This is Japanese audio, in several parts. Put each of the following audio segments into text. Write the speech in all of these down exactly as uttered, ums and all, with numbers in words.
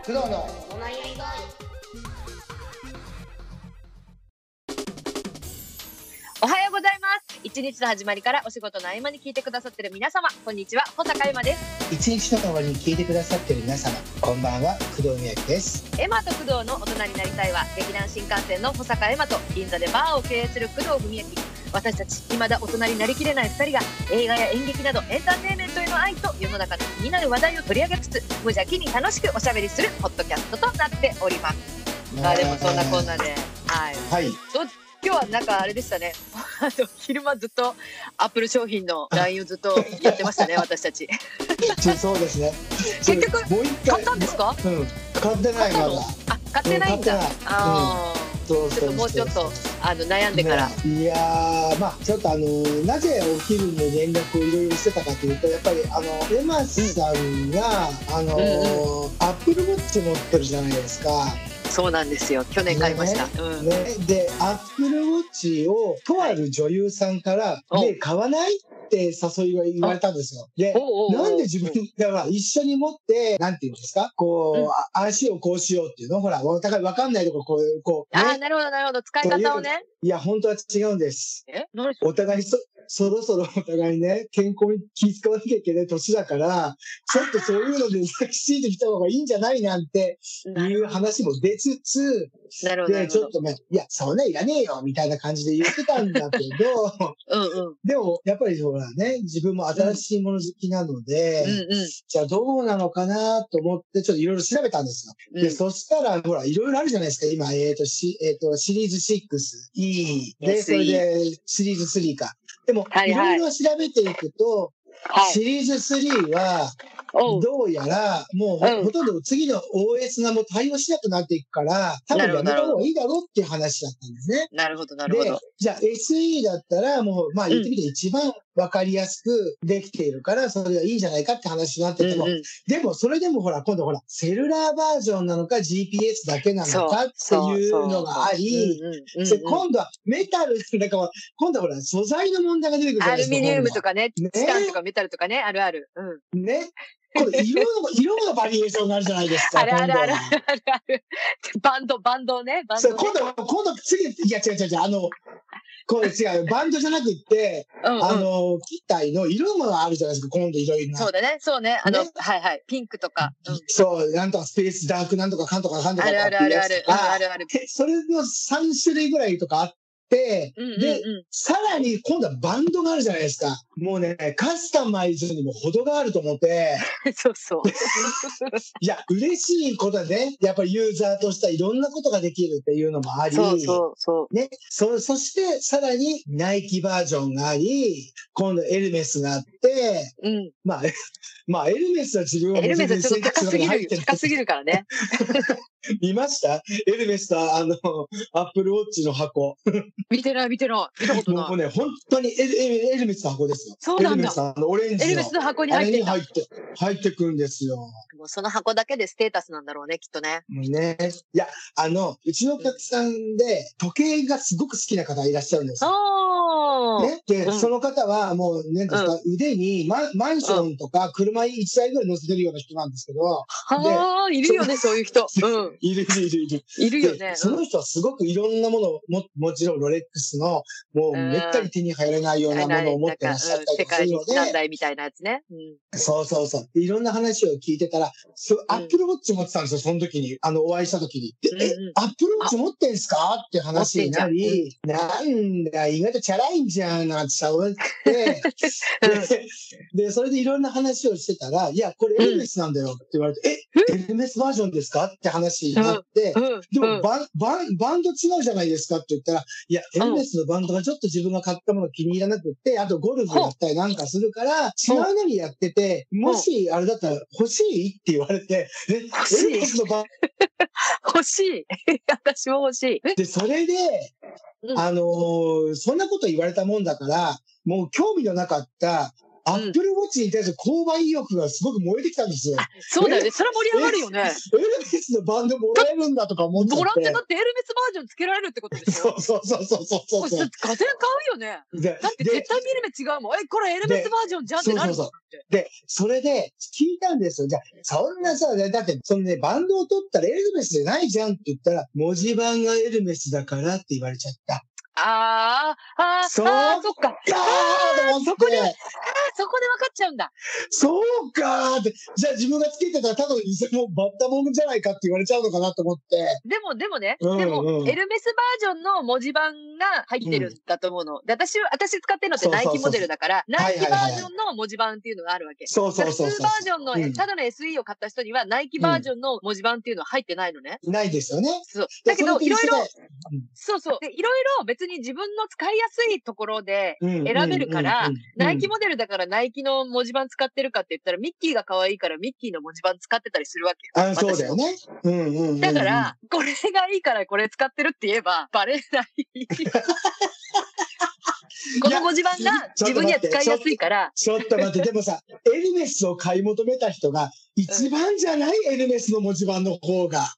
工藤のお悩み相談。おはようございます。一日の始まりからお仕事の合間に聞いてくださっている皆様、こんにちは、保坂エマです。 一日の終わりに聞いてくださっている皆様、こんばんは、工藤美咲です。 エマと工藤の大人になりたいは、劇団新幹線の保坂エマと銀座でバーを経営する工藤文咲。私たち未だ大人になりきれないふたりが映画や演劇などエンターテインメントへの愛と世の中の気になる話題を取り上げつつ、無邪気に楽しくおしゃべりするポッドキャストとなっております。まあでもそんなこんなで、はい、 はい、 ど今日はなんかあれでしたね。あの昼間ずっとアップル商品の ライン をずっとやってましたね私たち。 そうですね。 結局もう一回買ったんですか？ うん、買ってないまだ。 あ、買ってないんだ。 うん、買ってない。 ああ、 うん、そうそうそうそう、 ちょっともうちょっとあの悩んでから、 ね、いやー、まあちょっとあのなぜお昼に連絡をいろいろしてたかというと、やっぱりあのエマさんが、うん、あの、うんうん、アップルウォッチ持ってるじゃないですか。 そうなんですよ。去年買いました。 ね、 うん、 ね、でアップルウォッチをとある女優さんから「ね、買わない？」って誘いが言われたんですよ。で、なんで自分だから一緒に持ってなんていうんですか、こう、うん、足をこうしようっていうの、ほらお互い分かんないところこうこう、 ね、ああ、なるほどなるほど、使い方をね。 いや本当は違うんです。 え、何お互いそそろそろお互いね、健康に気遣わなきゃいけない年だから、ちょっとそういうのできちんと来た方がいいんじゃないなんていう話も出つつ、で、ちょっとね、いや、そんないらねえよみたいな感じで言ってたんだけど、 うんうん、でも、やっぱりほらね、自分も新しいもの好きなので、うんうんうん、じゃあどうなのかなと思って、ちょっといろいろ調べたんですよ。うん、で、そしたら、ほら、いろいろあるじゃないですか、今、えっ、ー、と、しえっ、ー、と、シリーズシックス、E、で、それで、シリーズスリーか。でも、はいろいろ調べていくと、はい、シリーズスリーは、どうやら、もう ほ,、うん、ほとんど次の オーエス がもう対応しなくなっていくから、多分やめた方がいいだろうっていう話だったんですね。 なるほど、なるほど。 で、じゃあ エスイー だったら、もう、まあ言ってみて一番わかりやすくできているから、それがいいんじゃないかって話になってても、うんうん、でもそれでもほら、今度ほら、セルラーバージョンなのか ジーピーエス だけなのかっていうのがあり、今度はメタル、だから今度はほら、素材の問題が出てくるじゃないですか。 アルミニウムとかね、チタンとかメタルとかね、あるある。 うん、ね。これ色の、色のバリエーションがあるじゃないですか。 あるあるあるあるある。バンド、バンドね。バンドね、 今度、今度、次、いや違う違う違う、あの、これ違う、バンドじゃなくって、うんうん、あの、機体の色もあるじゃないですか、今度いろいろな。 そうだね、そうね。あの、ね、はいはい。ピンクとか。 うん、そう、なんとかスペースダークなんとかかんとかかんとかっていうやつとか。 あるあるあるある。あるある。 それのさん種類ぐらいとかあって、うんうんうん、で、さらに今度はバンドがあるじゃないですか。もうね、カスタマイズにも程があると思って。 そうそう。 いや、嬉しいことでね、やっぱりユーザーとしてはいろんなことができるっていうのもあり。 そうそうそう。 ね、そ、そしてさらにナイキバージョンがあり、今度エルメスがあって、うん、まあ、まあエルメスは自分はエルメスはちょっと高すぎるよ。高すぎるからね。 見ましたエルメスとあの、アップルウォッチの箱。 見てない、見てない。見たことない。 もうね、本当にエル、エルメスの箱ですよ。 そうなんだ。 エルメスのオレンジの。 エルメスの箱に入ってた。 あれに入って、入ってくんですよ。 もうその箱だけでステータスなんだろうね、きっとね。 ね。いや、あの、うちのお客さんで、時計がすごく好きな方いらっしゃるんですよ。ね。で、うん、その方はもう、ね、ですか、うん、腕にマ、マンションとか車いちだいぐらい乗せてるような人なんですけど。はあ、いるよね、そういう人。うん。 いるいるいるいる。 いるよね。 その人はすごくいろんなものを、も、もちろんロレックスの、もうめったに手に入らないようなものを持ってらっしゃったりとかするので。 世界一何台みたいなやつね。 うん、そうそうそう。いろんな話を聞いてたら、アップルウォッチ持ってたんですよ、その時に。あの、お会いした時に。で、え、アップルウォッチ持ってんすかって話になり、なんだ、意外とチャラいんじゃん、なんてしゃべって、で、で、それでいろんな話をしてたら、いや、これエルメスなんだよって言われて、え、エルメスバージョンですかって話になって、でもバン、バン、バンド違うじゃないですかって言ったら、いや、エルメスのバンドがちょっと自分が買ったもの気に入らなくって、あとゴルフやったりなんかするから、違うのにやってて、もしあれだったら欲しいって言われて、え、エルメスのバン欲しい私も欲しい。 で、それで、あのー、そんなこと言われたもんだから、もう興味のなかったアップルウォッチに対する購買意欲がすごく燃えてきたんですよ。 そうだよね。それは盛り上がるよね。 エルメスのバンドもらえるんだとか思っちゃって。 もらってだってエルメスバージョンつけられるってことでしょ。 そうそうそうそうそうこれ、がぜん買うよね。だって絶対見る目違うもん。え、これエルメスバージョンじゃんってなるもん。 で、それで聞いたんですよ。じゃあ、そんなさ、だって、そのね、バンドを取ったらエルメスじゃないじゃんって言ったら、文字盤がエルメスだからって言われちゃった。 あー、あー、 そうあー、そっか。 あー、 そこで、あー、そこで分かっちゃうんだ。 そうかーって。じゃあ自分がつけてたらただの偽物バッタモンじゃないかって言われちゃうのかなと思って。 でも、でもね、 うんうん、 でも、エルメスバージョンの文字盤が入ってるんだと思うの。うん、で、私、私使ってるのってナイキモデルだから、ナイキバージョンの文字盤っていうのがあるわけ。 そうそうそうそう。 普通バージョンの、うん、ただの エスイー を買った人には、ナイキバージョンの文字盤っていうのは入ってないのね。 ないですよね。 そう。だけど、いろいろ、そうそう。で、いろいろ別に自分の使いやすいところで選べるから、ナイキモデルだからナイキの文字盤使ってるかって言ったら、ミッキーが可愛いからミッキーの文字盤使ってたりするわけよ。あ、そうだよね。うんうんうんうん、 だから、これがいいからこれ使ってるって言えば、バレない。この文字盤が自分には使いやすいから。 ちょっと待って、でもさ、エルメスを買い求めた人が、一番じゃない、うん、エルメスの文字盤の方が。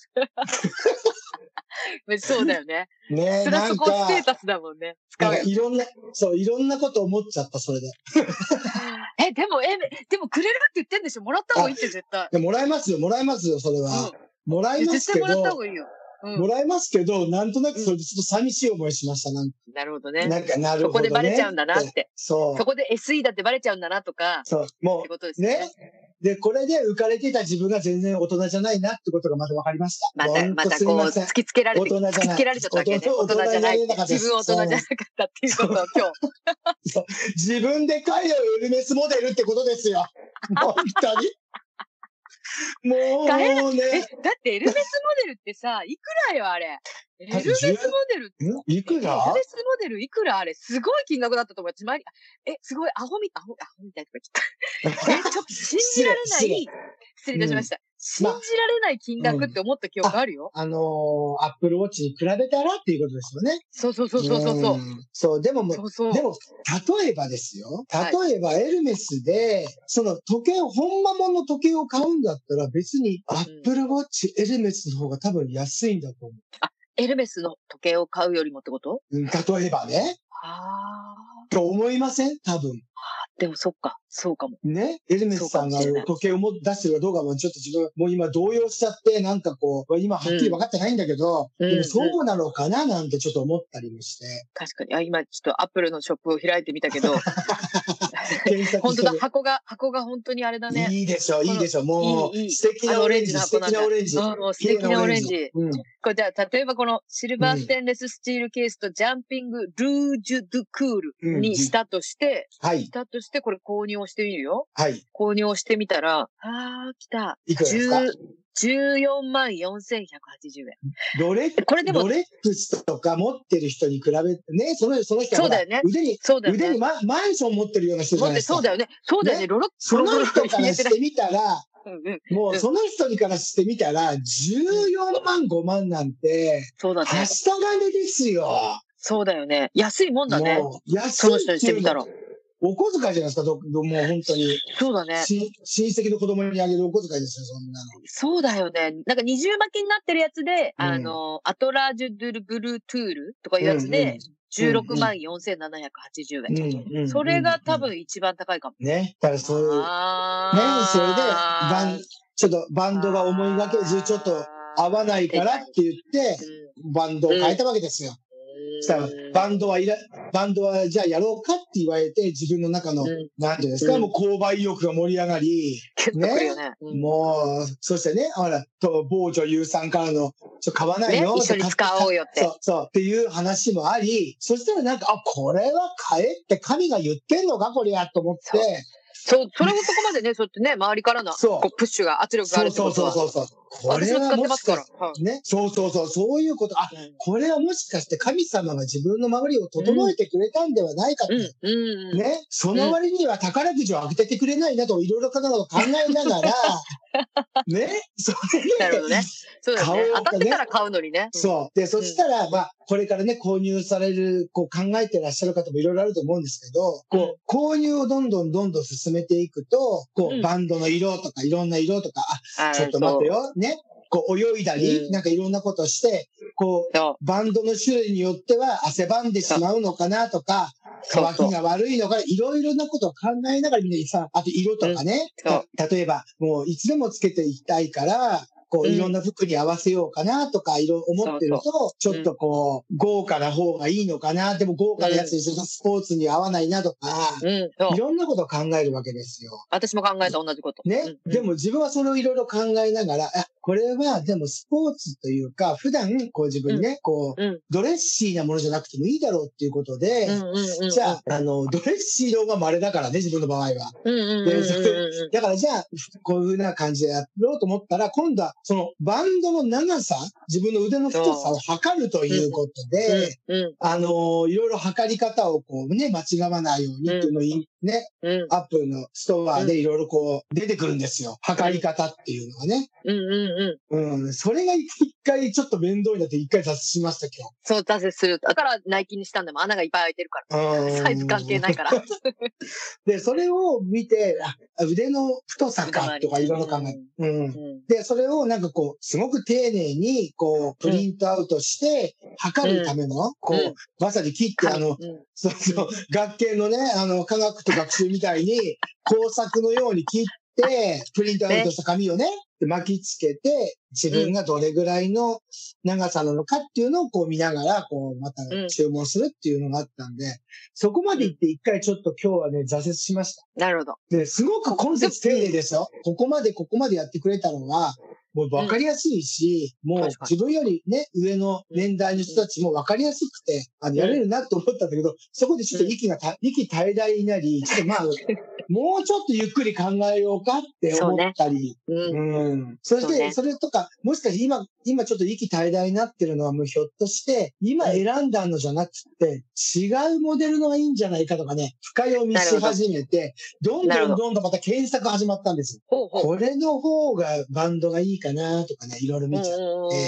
そうだよね。 ねえ、 それはそこステータスだもんね。 なんかいろんな、そう、いろんなこと思っちゃった、それで。 え、でも、え、でもくれるって言ってんでしょ？もらった方がいいって絶対。 もらえますよ、もらえますよ、それは。うん、もらえますけど。 絶対もらった方がいいよ。 うん、もらえますけど、なんとなくそれでちょっと寂しい思いしました。なんかなるほどね。 なんかなるほどね。 そこでバレちゃうんだなって。 そう。 そこで エスイー だってバレちゃうんだなとか。 そう。もう、ってことですね。ね。で、これで浮かれていた自分が全然大人じゃないなってことがまた分かりました。 また、またこう、突きつけられて、突きつけられちゃったわけね。大人じゃない。自分大人じゃなかったっていうことを今日。 そう。自分で買えよ、エルメスモデルってことですよ。本当に。もうね。 え、だってエルメスモデルってさ、いくらよ、あれ。エルメスモデルって。 いくらエルメスモデルいくらあれ。すごい金額だったと思う。前に、え、すごい、アホみ、アホ、アホみたいとか言った。え、ちょっと信じられない。失礼いたしました。信じられない金額って思った記憶あるよ。 あのー、アップルウォッチに比べたらっていうことですよね。 そうそうそうそうそう。 そう、でももう、でも、例えばですよ。例えば、エルメスで、その時計を、本間もの時計を買うんだったら、別にアップルウォッチ、エルメスの方が多分安いんだと思う。 あ、エルメスの時計を買うよりもってこと？ うん、例えばね。 はあ。 と思いません？多分。 でもそっか、そうかも。 ね、エルメスさんが時計をも出してるかどうかもちょっと自分、もう今動揺しちゃって、なんかこう、今はっきり分かってないんだけど、うん、でもそうなのかななんてちょっと思ったりもして。 確かに。あ、今ちょっとアップルのショップを開いてみたけど、本当だ、箱が、箱が本当にあれだね。 いいでしょ、いいでしょ、もう、 いいいい素敵なオレンジ、素敵なオレンジ。 素敵なオレンジ。うん、これじゃあ、例えばこのシルバーステンレススチールケースとジャンピングルージュドゥクールにしたとして、 うん、はい。 したとしてこれ購入をしてみるよ。 はい。 購入をしてみたら、あー、来た。 いくらですか？ じゅうよんまんよんせんひゃくはちじゅうえん。 ロレこれでもロレックスとか持ってる人に比べて、ね、その、その人はそうだよね。 腕に、 そうだよね、 腕にマ、マンション持ってるような人じゃないですか。 そうだよね。そうだよね。ねロロその人からしてみたら、もうその人にからしてみたら、じゅうよんまんごまんなんて、 そうだね。 はした金ですよ。 そうだよね。安いもんだね。 安い。 その人にしてみたら。 お小遣いじゃないですか、どもう本当に。 そうだね。 親戚の子供にあげるお小遣いですよ、そんなの。 そうだよね。なんか二重巻きになってるやつで、うん、あの、アトラージュドゥルブルートゥールとかいうやつで、うんうん、じゅうろくまんよんせんななひゃくはちじゅうえん。うんうん、それが多分一番高いかも。 ね。だからそういう。ね、それで、バン、ちょっとバンドが思いがけず、ちょっと合わないからって言って、バンドを変えたわけですよ。うんしたら、バンドはいら、バンドはじゃあやろうかって言われて、自分の中の、うん、なんていうんですか、うん、もう購買意欲が盛り上がり、ね、ねうん、もう、そしてね、ほら、と、某女優さんからの、ちょ、買わないの、 ね、一緒に使おうよって。 そう、そう、っていう話もあり、そしたらなんか、あ、これは買えって神が言ってんのか、これや、と思って、 そう、それもそこまでね、そうやってね、周りからの、こう、プッシュが、圧力があるってことは。 そうそうそうそう。これはもしかして、ね、そうそうそう、そういうこと、あ、うん、これはもしかして神様が自分の周りを整えてくれたんではないかって、うんうんうん、ね、その割には宝くじを開けててくれないなと、いろいろ方々考えながら、ね、それで、 なるほどね。 そうですね。当たってたら買うのにね。 そう。で、そしたら、まあ、これからね、購入される、こう考えてらっしゃる方もいろいろあると思うんですけど、こう、購入をどんどんどんどん進めていくと、こう、バンドの色とか、いろんな色とか、あ、ちょっと待ってよ、ね。こう泳いだり、なんかいろんなことをして、こう、バンドの種類によっては汗ばんでしまうのかなとか、乾きが悪いのか、いろいろなことを考えながらみんなさ、あと色とかね、例えば、もういつでもつけていきたいから、こう、いろんな服に合わせようかなとか、いろいろ思ってると、ちょっとこう、豪華な方がいいのかな、でも豪華なやつにするとスポーツに合わないなとか、いろんなことを考えるわけですよ。 私も考えた同じこと。 ね。でも自分はそれをいろいろ考えながら、あ、これはでもスポーツというか、普段こう自分ね、こう、ドレッシーなものじゃなくてもいいだろうっていうことで、じゃあ、あの、ドレッシーの方が稀だからね、自分の場合は。だからじゃあ、こういうふうな感じでやろうと思ったら、今度はそのバンドの長さ、自分の腕の太さを測るということで、あの、いろいろ測り方をこうね、間違わないようにっていうのをね、アップルのストアでいろいろこう出てくるんですよ。測り方っていうのがね。 うんうんうん。 うん。それが一回ちょっと面倒になって一回挫折しましたけど。 そう、挫折する。だからナイキにしたんだもん。穴がいっぱい開いてるから。サイズ関係ないから。 で、それを見て、あ、腕の太さかとかいろいろ考える。うん。で、それをなんかこう、すごく丁寧にこう、プリントアウトして、測るための、こう、まさに切って、あの、そうそう、学研のね、あの、科学と学習みたいに、工作のように切って、プリントアウトした紙をね、巻きつけて、自分がどれぐらいの長さなのかっていうのをこう見ながら、こう、また注文するっていうのがあったんで、そこまで行って一回ちょっと今日はね、挫折しました。 なるほど。 で、すごく根節丁寧ですよ。ここまでここまでやってくれたのは、もう分かりやすいし、うん、もう自分よりね、上の年代の人たちも分かりやすくて、あの、やれるなと思ったんだけど、そこでちょっと息がた、息絶え絶えになり、ちょっとまあ、もうちょっとゆっくり考えようかって思ったり、う、ね、うん、うん。そして、そ, ね、それとか、もしかして今、今ちょっと息絶え絶えになってるのはもうひょっとして、今選んだのじゃなくて、違うモデルのがいいんじゃないかとかね、深読みし始めて、どんどんどんどんまた検索始まったんですよ。ほうほう、これの方がバンドがいいかなとかね、いろいろ見ちゃって、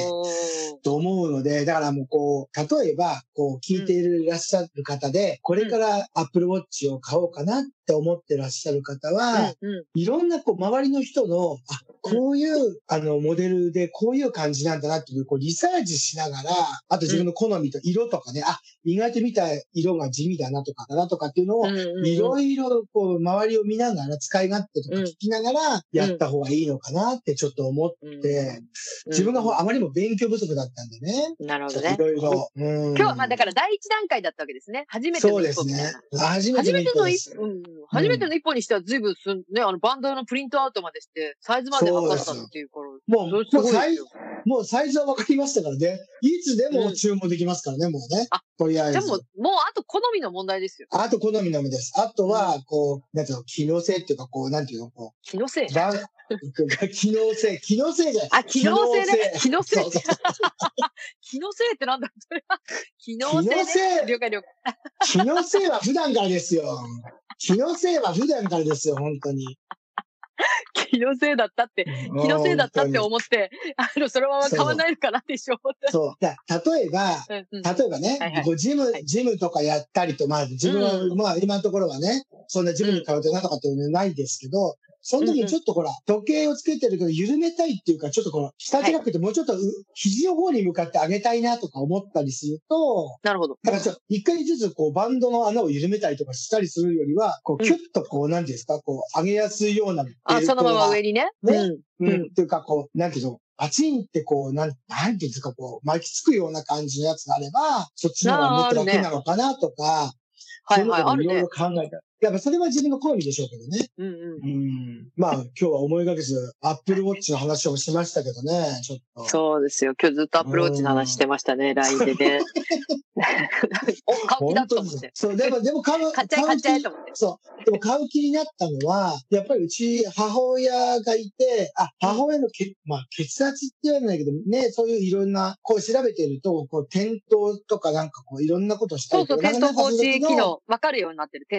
と思うので、だからもうこう、例えば、こう、聞いていらっしゃる方で、うん、これからアップルウォッチを買おうかなって思ってらっしゃる方は、うんうん、いろんなこう、周りの人の、あ、こういう、あの、モデルでこういう感じなんだなっていう、こう、リサーチしながら、あと自分の好みと色とかね、うん、あ、意外と見た色が地味だなとかだなとかっていうのを、いろいろこう、周りを見ながら、使い勝手とか聞きながら、やった方がいいのかなってちょっと思って、自分があまりにも勉強不足だったんでね。 なるほどね。 いろいろ。 今日はまあだから第一段階だったわけですね。初めての一歩みたいな。 そうですね。初めての一歩です。 初めての一歩、うん、初めての一歩にしては随分すん、ね、あのバンドのプリントアウトまでして、サイズまで測ったっていうから。 もう、もうサイズ、もうサイズは分かりましたからね。いつでも注文できますからね、うん、もうね。あ、とりあえず。 でも、もうあと好みの問題ですよ。 あと好みの問題です。あとは、こう、なんていうの、機能性っていうか、こう、なんていうの、こう。 機能性機能性、機能性じゃない。 あ、機能性ね。機能性。機能性ってなんだそれは。機能性、ね。機能性。了解了解。 機能性は普段からですよ。機能性は普段からですよ、本当に。 気のせいだったって、気のせいだったって思って、あの、そのまま買わないのかなって一生思った。 そう。だ例えば、うん、例えばね、はいはい、こうジム、はい、ジムとかやったりと、まあ、自分は、うん、まあ、今のところはね、そんなジムに通ってなんとかっていうのはないですけど、その時にちょっとほら、時計をつけてるけど緩めたいっていうか、ちょっとこの、下じゃなくてもうちょっと、肘の方に向かって上げたいなとか思ったりすると、 なるほど。 だからちょっと、一回ずつこう、バンドの穴を緩めたりとかしたりするよりは、こう、キュッとこう、なんていうんですか、こう、上げやすいようなベルトが。 あ、そのまま上にね。 ね。うん。うん。っていうか、こう、なんていうの、パチンってこう、なん、なんていうんですか、こう、巻きつくような感じのやつがあれば、そっちの方がもっと楽なのかなとか、はいはい、そういうのをいろいろ考えた。やっぱそれは自分の好みでしょうけどね。 うんうん。 うん。まあ今日は思いがけず、アップルウォッチの話をしましたけどね、ちょっと。 そうですよ。今日ずっとアップルウォッチの話してましたね、ライン でね。お、買う気だと思って。 そう、でも、でも買う、 買っちゃえ、買っちゃえと思って。 そう。でも買う気になったのは、やっぱりうち母親がいて、あ、母親のけ、まあ血圧って言わないけどね、そういういろんな、こう調べてると、こう転倒とかなんかこういろんなことしたりとか。 そうそう、転倒防止機能、わかるようになってる。転倒しました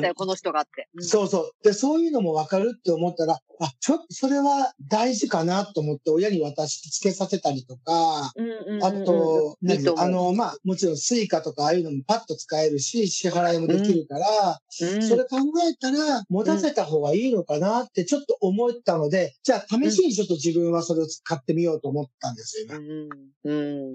だよ、この人がって。 うん、そうそう。で、そういうのも分かるって思ったら、あ、ちょっとそれは大事かなと思って親に渡しつけさせたりとか、 うんうんうんうん、 あと、 いいと思う。 あの、まあ、もちろんスイカとかああいうのもパッと使えるし、支払いもできるから、うん、それ考えたら、持たせた方がいいのかなってちょっと思ったので、じゃあ試しにちょっと自分はそれを使ってみようと思ったんですよ、今。うん。 うん。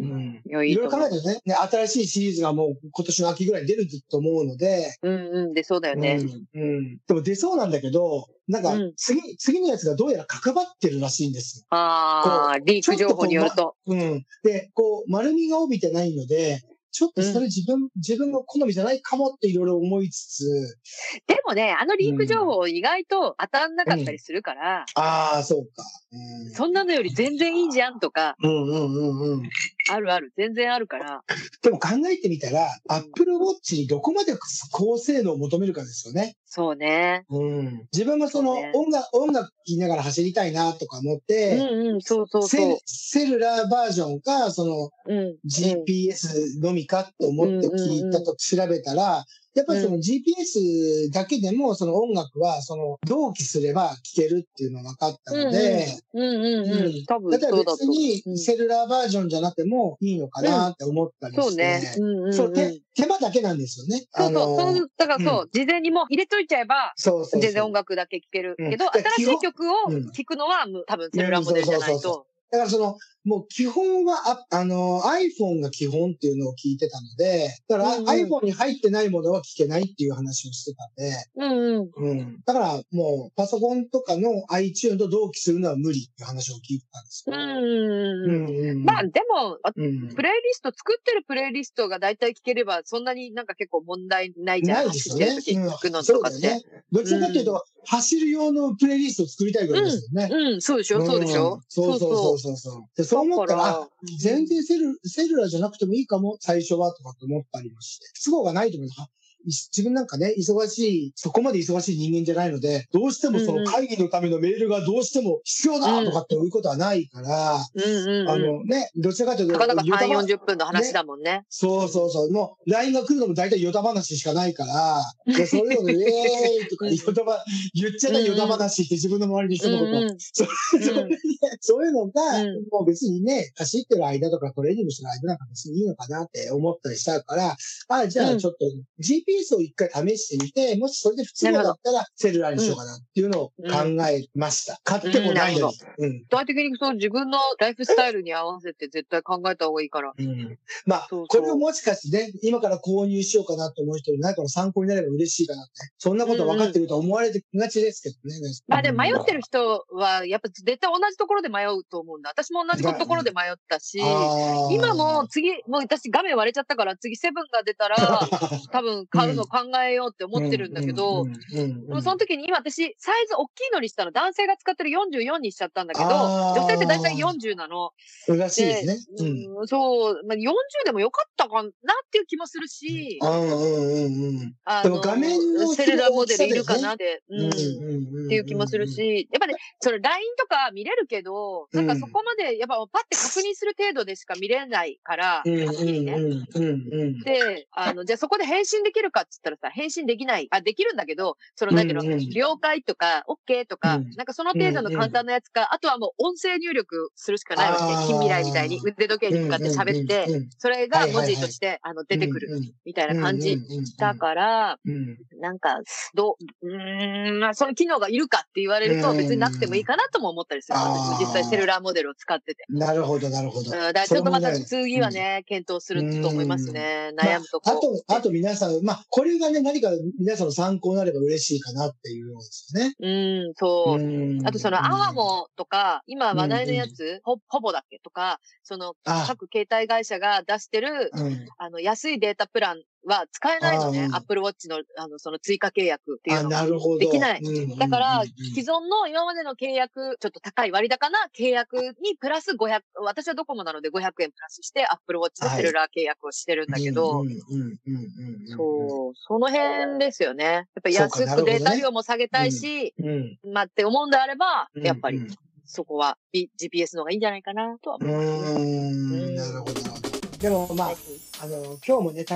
うん、 いろいろ考えてね、ね、新しいシリーズがもう今年の秋ぐらいに出ると思うので。 うんうん、出そうだよね。 うん。うん。でも出そうなんだけど、なんか、次、うん、次のやつがどうやら関わってるらしいんですよ。 ああ、リーク情報によると。 ま、うん。で、こう、丸みが帯びてないので、ちょっとそれ自分、うん、自分の好みじゃないかもっていろいろ思いつつ。 でもね、あのリーク情報意外と当たんなかったりするから。うん、 ああ、そうか、 うん。そんなのより全然いいじゃんとか。 うんうんうんうん。 あるある。全然あるから。 でも考えてみたら、Apple Watch にどこまで高性能を求めるかですよね。 そうね。 うん。自分もその音楽、音楽聴きながら走りたいなとか思って、 うんうん、そうそうそう。 セルラーバージョンか、その、ジーピーエス のみかと思って聞いたと調べたら、やっぱりその ジーピーエス だけでもその音楽はその同期すれば聴けるっていうのが分かったので、 うんうんうん。多分だから別にセルラーバージョンじゃなくてもいいのかなって思ったりして、そうね。手間だけなんですよね。 そうそう。だからそう、事前にもう入れといちゃえば、全然音楽だけ聴けるけど、新しい曲を聴くのは多分セルラーモデルじゃないと。 だからその、もう基本は、あ、あの、iPhone が基本っていうのを聞いてたので、だから、うんうん、iPhone に入ってないものは聞けないっていう話をしてたんで、 うんうん。 うん。だからもう、パソコンとかの iTunes と同期するのは無理っていう話を聞いてたんですよ。 うんうんうん。まあでも、うん、プレイリスト、作ってるプレイリストが大体聞ければ、そんなになんか結構問題ないじゃん。 ないですよね。 聞くのとかって。 そうだね。どちらかというと、うん、走る用のプレイリストを作りたいぐらいですよね。 うん、うん、そうでしょ、そうでしょ。 そうそうそうそう。でそう思ったら、全然セル、セルラーじゃなくてもいいかも、最初はとかって思ったりもして。都合がないと思う。自分なんかね、忙しい、そこまで忙しい人間じゃないので、どうしてもその会議のためのメールがどうしても必要だとかっていうことはないから、うん、あのね、どちらかというと、 たかだかさん、よんじゅっぷんの話だもんね。ね、 そうそうそう。もう、ライン が来るのも大体ヨタ話しかないから、でそういうので、えーいとか、ヨタば、言っちゃないヨタ話って自分の周りの人のこと、うんうん、そそそういうのが、うん、もう別にね、走ってる間とかトレーニングしてる間なんか別にいいのかなって思ったりしたから、あ、じゃあちょっと、ジーピーエス を一回試してみて、もしそれで不都合だったらセルラーにしようかなっていうのを考えました。うん、買ってもないのに。 うん。具体的にそう自分のライフスタイルに合わせて絶対考えた方がいいから。 うん。まあ、そうそうこれをもしかしてね、今から購入しようかなと思う人に何かの参考になれば嬉しいかなって。そんなこと分かってると思われてがちですけどね。うんうん、 まあでも迷ってる人は、やっぱ絶対同じところで迷うと思うんだ。私も同じところで迷ったし、今も次、もう私画面割れちゃったから次セブンが出たら、多分買うの考えようって思ってるんだけど、でもその時に今私サイズ大きいのにしたら男性が使ってるよんじゅうよんにしちゃったんだけど、女性って大体よんじゅうなの。 らしいですね。 うん、そう、まあ、よんじゅうでもよかったかなっていう気もするし、 うんうんうんうん、 あの、画面のセルラーモデルいるかなって、うん、っていう気もするし、やっぱね、それ ライン とか見れるけど、なんかそこまでやっぱパッて確認する程度でしか見れないから、はっきりね。で、あの、じゃあそこで返信できるかって言ったらさ、返信できない。あ、できるんだけど、その、なんていうの、うんうん、了解とか、OK とか、うん、なんかその程度の簡単なやつか、うんうん、あとはもう音声入力するしかないわけ。近未来みたいに腕時計に向かって喋って、うんうんうん、それが文字として、はいはいはい、あの、出てくる、みたいな感じだから、うんうんうん、なんか、どう、うーん、まあ、その機能がいるかって言われると別になくてもいいかなとも思ったりする。実際セルラーモデルを使ってて。 なるほど、なるほど。 うん、だからちょっとまた次はね、検討すると思いますね。悩むとこ、 まあ。あと、あと皆さん、まあ、これがね、何か皆さんの参考になれば嬉しいかなっていうようですよね。 うん、そう。うんあとその、アワモとか、今話題のやつ、ほ、ほぼだっけとか、その、各携帯会社が出してる、うん、あの、安いデータプランは使えないのね。Apple Watch の、あの、その追加契約っていうのができない。だから、既存の今までの契約、ちょっと高い割高な契約にプラスごひゃく、私はドコモなのでごひゃくえんプラスして Apple Watch のセルラー契約をしてるんだけど、そう、その辺ですよね。やっぱり安くデータ量も下げたいし、ねうんうん、まあって思うんであれば、やっぱりそこは ジーピーエス の方がいいんじゃないかなとは思います、ね。 うーん、なるほど。でもまあ、あの、今日もね、た、たく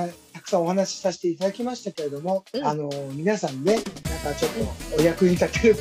くさんお話しさせていただきましたけれども、 うん、 あの皆さんね、なんかちょっとお役に立てるから、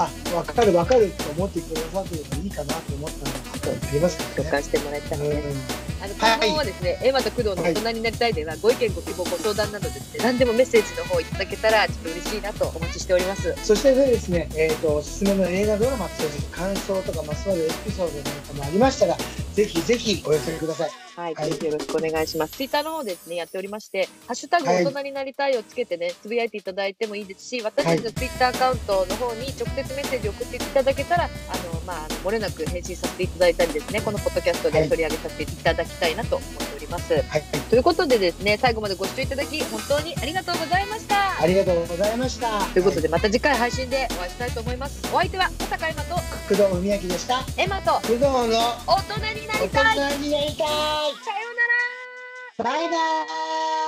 うん、あ、分かる分かると思ってくださってればいいかなと思ったのがありますかね。 共感してもらえたので、うん、あのはい、 今後はですね、エマと工藤の大人になりたいでは、ご意見ご希望ご相談などですね、何でもメッセージの方いただけたらちょっと嬉しいなとお待ちしております。 そしてですね、えーと、おすすめの映画ドラマ、そして感想とかますまるエピソードなんかもありましたら、ぜひぜひお寄せください。 はい、はい、ぜひよろしくお願いします。ツイッターの方ですね、やっておりまして、ハッシュタグ大人になりたいをつけてね、つぶやいていただいてもいいですし、私たちのツイッターアカウントの方に直接メッセージを送っていただけたら、あの、まあ、漏れなく返信させていただいたりですね、このポッドキャストで取り上げさせていただきたいなと思っております。はい、ということでですね、最後までご視聴いただき、本当にありがとうございました。 ありがとうございました。 ということで、また次回配信でお会いしたいと思います。お相手は小坂エマと工藤文明でした。 エマと工藤の大人になりたい。 大人になりたい。 さようなら。 バイバーイ。